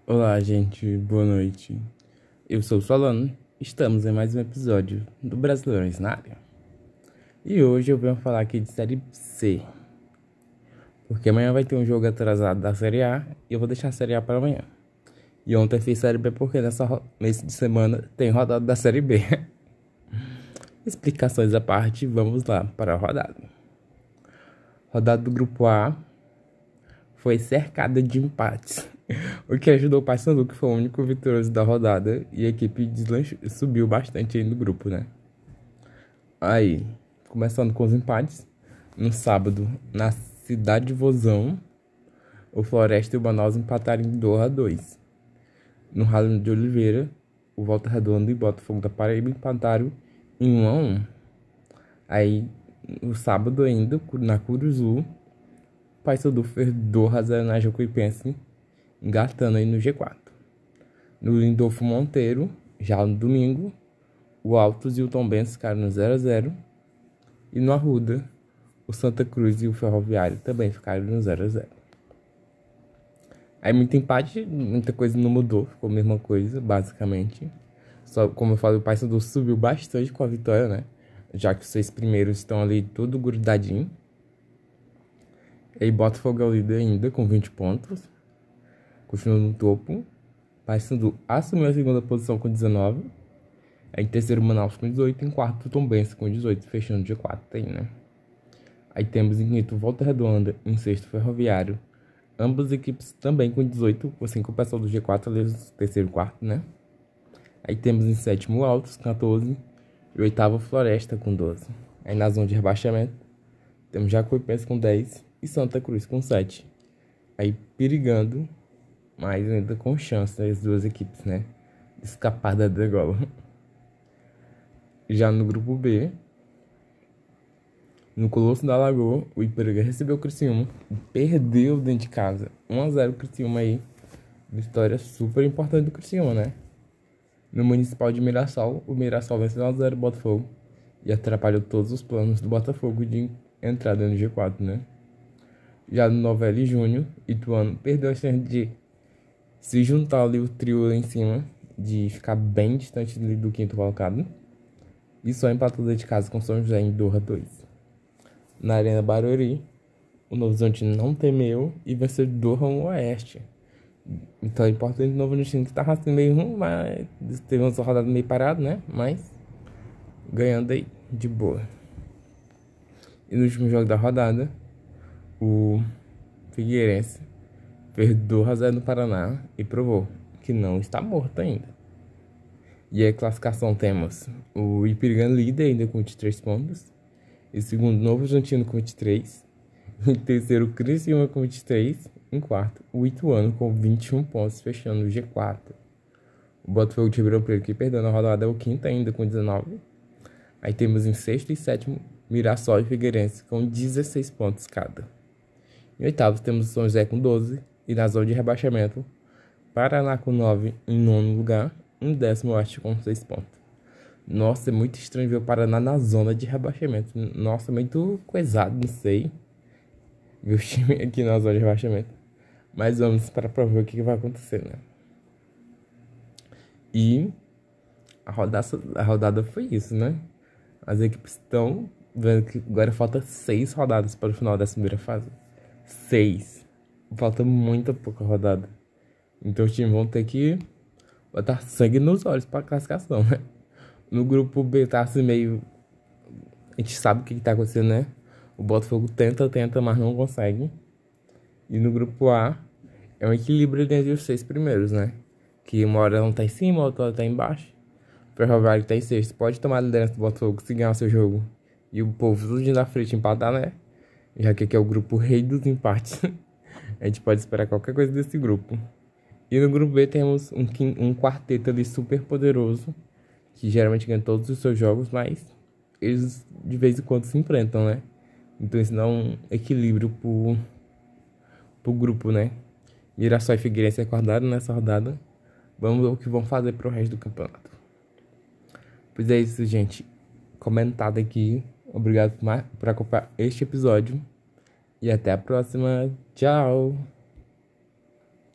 Olá, gente, boa noite. Eu sou o Solano, estamos em mais um episódio do Brasileirões na área. E hoje eu venho falar aqui de Série C, porque amanhã vai ter um jogo atrasado da Série A e eu vou deixar a Série A para amanhã. E ontem fiz Série B porque nesse de semana tem rodada da Série B. Explicações à parte, vamos lá para a rodada. Rodada do Grupo A foi cercada de empates, o que ajudou o Paysandu, que foi o único vitorioso da rodada, e a equipe subiu bastante aí no grupo, né? Aí, começando com os empates, no sábado, na cidade de Vozão, o Floresta e o Manaus empataram em 2-2. No Ralo de Oliveira, o Volta Redonda e o Botafogo da Paraíba empataram em 1-1. Aí, no sábado ainda, na Curuzu, o Paysandu fez 2-0 na Jacuipense, engatando aí no G4. No Lindolfo Monteiro, já no domingo, o Altos e o Tombense ficaram no 0-0. E no Arruda, o Santa Cruz e o Ferroviário também ficaram no 0-0. Aí muito empate, muita coisa não mudou, ficou a mesma coisa, basicamente. Só, como eu falei, o Paysandu subiu bastante com a vitória, né? Já que os 6 primeiros estão ali tudo grudadinho. E aí Botafogo é o líder ainda, com 20 pontos. Continua no topo. Paysandu assumiu a segunda posição com 19. Aí em terceiro, Manaus com 18. Em quarto, Tombense com 18, fechando o G4 aí, né? Aí temos em quinto, Volta Redonda. Em sexto, Ferroviário. Ambas equipes também com 18, assim com o pessoal do G4 ali, terceiro e quarto, né? Aí temos em sétimo, Altos, 14. E oitavo, Floresta, com 12. Aí na zona de rebaixamento, temos Jacuipense com 10 e Santa Cruz com 7. Aí perigando, mas ainda com chance as duas equipes, né? De escapar da degola. Já no grupo B, no Colosso da Lagoa, o Ipiranga recebeu o Criciúma e perdeu dentro de casa. 1-0 o Criciúma aí. Vitória super importante do Criciúma, né? No Municipal de Mirassol, o Mirassol venceu 1-0 o Botafogo e atrapalhou todos os planos do Botafogo de entrada no G4, né? Já no Novelli Júnior, Ituano perdeu a chance de se juntar ali o trio lá em cima, de ficar bem distante do quinto colocado. E só empatou dentro de casa com São José em 2-2. Na Arena Barueri, o Novo Horizontino não temeu e venceu do Ramo Oeste. Então é importante o Novo Horizontino que tava assim meio ruim, mas teve uma rodada meio parada, né? Mas ganhando aí, de boa. E no último jogo da rodada, o Figueirense fez 2-0 no Paraná e provou que não está morto ainda. E a classificação temos o Ipiranga líder ainda com 23 pontos. Em segundo, Novo Horizontino com 23. Em terceiro, Criciúma com 23. Em quarto, o Ituano com 21 pontos, fechando o G4. O Botafogo de Ribeirão Preto, que perdeu na rodada, é o quinto ainda com 19. Aí temos em sexto e sétimo, Mirassol e Figueirense com 16 pontos cada. Em oitavo, temos o São José com 12. E na zona de rebaixamento, Paraná com 9 em nono lugar. Em décimo, Oeste com 6 pontos. Nossa, é muito estranho ver o Paraná na zona de rebaixamento. Nossa, muito coisado, não sei. Ver o time aqui na zona de rebaixamento. Mas vamos para ver o que vai acontecer, né? E a rodada foi isso, né? As equipes estão vendo que agora falta 6 rodadas para o final dessa primeira fase. 6. Falta muita pouca rodada. Então os times vão ter que botar sangue nos olhos para a classificação, né? No grupo B tá assim meio... A gente sabe o que tá acontecendo, né? O Botafogo tenta, mas não consegue. E no grupo A é um equilíbrio entre os 6 primeiros, né? Que uma hora não tá em cima, outra hora tá embaixo. O Ferroviário que tá em sexto pode tomar a liderança do Botafogo se ganhar o seu jogo. E o povo tudo na frente empatar, né? Já que aqui é o grupo rei dos empates. A gente pode esperar qualquer coisa desse grupo. E no grupo B temos um quarteto ali super poderoso, que geralmente ganha todos os seus jogos, mas eles de vez em quando se enfrentam, né? Então isso dá um equilíbrio pro grupo, né? Mirassol e Figueirense acordaram nessa rodada. Vamos ver o que vão fazer pro resto do campeonato. Pois é isso, gente. Comentado aqui. Obrigado por acompanhar este episódio. E até a próxima. Tchau!